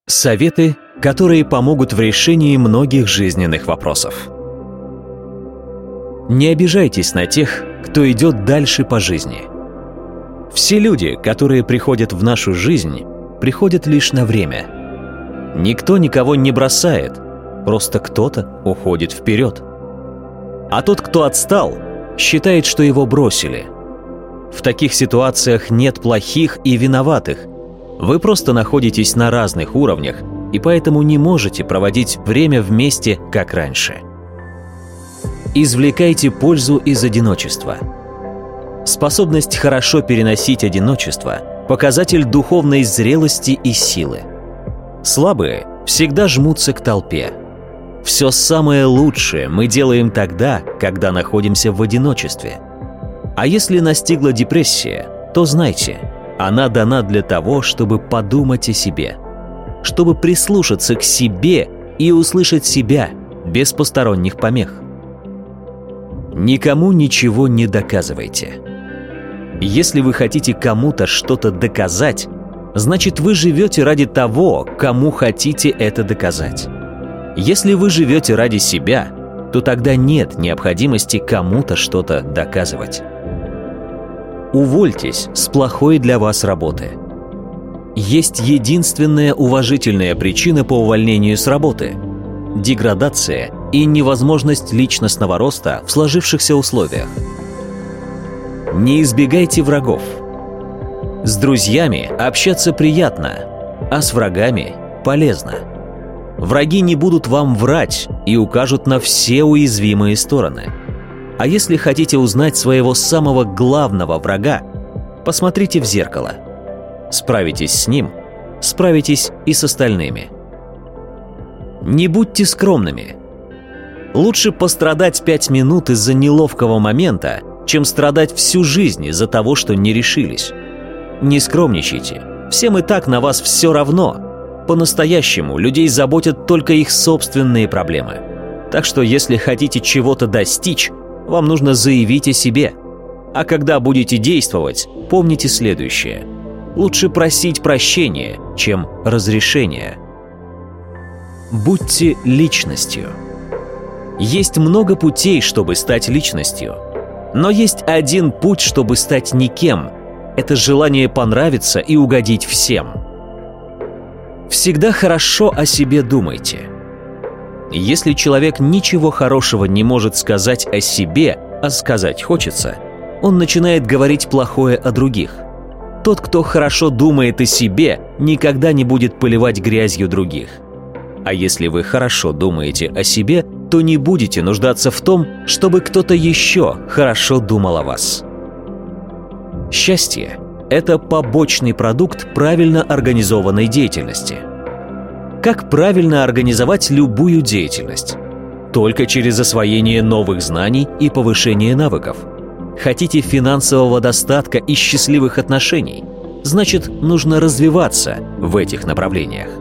Советы, которые помогут в решении многих жизненных вопросов. Не обижайтесь на тех, кто идет дальше по жизни. Все люди, которые приходят в нашу жизнь, приходят лишь на время. Никто никого не бросает, просто кто-то уходит вперед. А тот, кто отстал, считает, что его бросили. В таких ситуациях нет плохих и виноватых. Вы просто находитесь на разных уровнях и поэтому не можете проводить время вместе, как раньше. Извлекайте пользу из одиночества. Способность хорошо переносить одиночество – показатель духовной зрелости и силы. Слабые всегда жмутся к толпе. Все самое лучшее мы делаем тогда, когда находимся в одиночестве. А если настигла депрессия, то знайте, она дана для того, чтобы подумать о себе, чтобы прислушаться к себе и услышать себя без посторонних помех. Никому ничего не доказывайте. Если вы хотите кому-то что-то доказать, значит, вы живете ради того, кому хотите это доказать. Если вы живете ради себя, то тогда нет необходимости кому-то что-то доказывать. Увольтесь с плохой для вас работы. Есть единственная уважительная причина по увольнению с работы – деградация и невозможность личностного роста в сложившихся условиях. Не избегайте врагов. С друзьями общаться приятно, а с врагами полезно. Враги не будут вам врать и укажут на все уязвимые стороны. А если хотите узнать своего самого главного врага, посмотрите в зеркало. Справитесь с ним, справитесь и с остальными. Не будьте скромными. Лучше пострадать 5 минут из-за неловкого момента, чем страдать всю жизнь из-за того, что не решились. Не скромничайте. Всем и так на вас все равно. По-настоящему людей заботят только их собственные проблемы. Так что если хотите чего-то достичь, вам нужно заявить о себе. А когда будете действовать, помните следующее. Лучше просить прощения, чем разрешения. Будьте личностью. Есть много путей, чтобы стать личностью. Но есть один путь, чтобы стать никем. Это желание понравиться и угодить всем. Всегда хорошо о себе думайте. Если человек ничего хорошего не может сказать о себе, а сказать хочется, он начинает говорить плохое о других. Тот, кто хорошо думает о себе, никогда не будет поливать грязью других. А если вы хорошо думаете о себе, то не будете нуждаться в том, чтобы кто-то еще хорошо думал о вас. Счастье – это побочный продукт правильно организованной деятельности. Как правильно организовать любую деятельность? Только через освоение новых знаний и повышение навыков. Хотите финансового достатка и счастливых отношений? Значит, нужно развиваться в этих направлениях.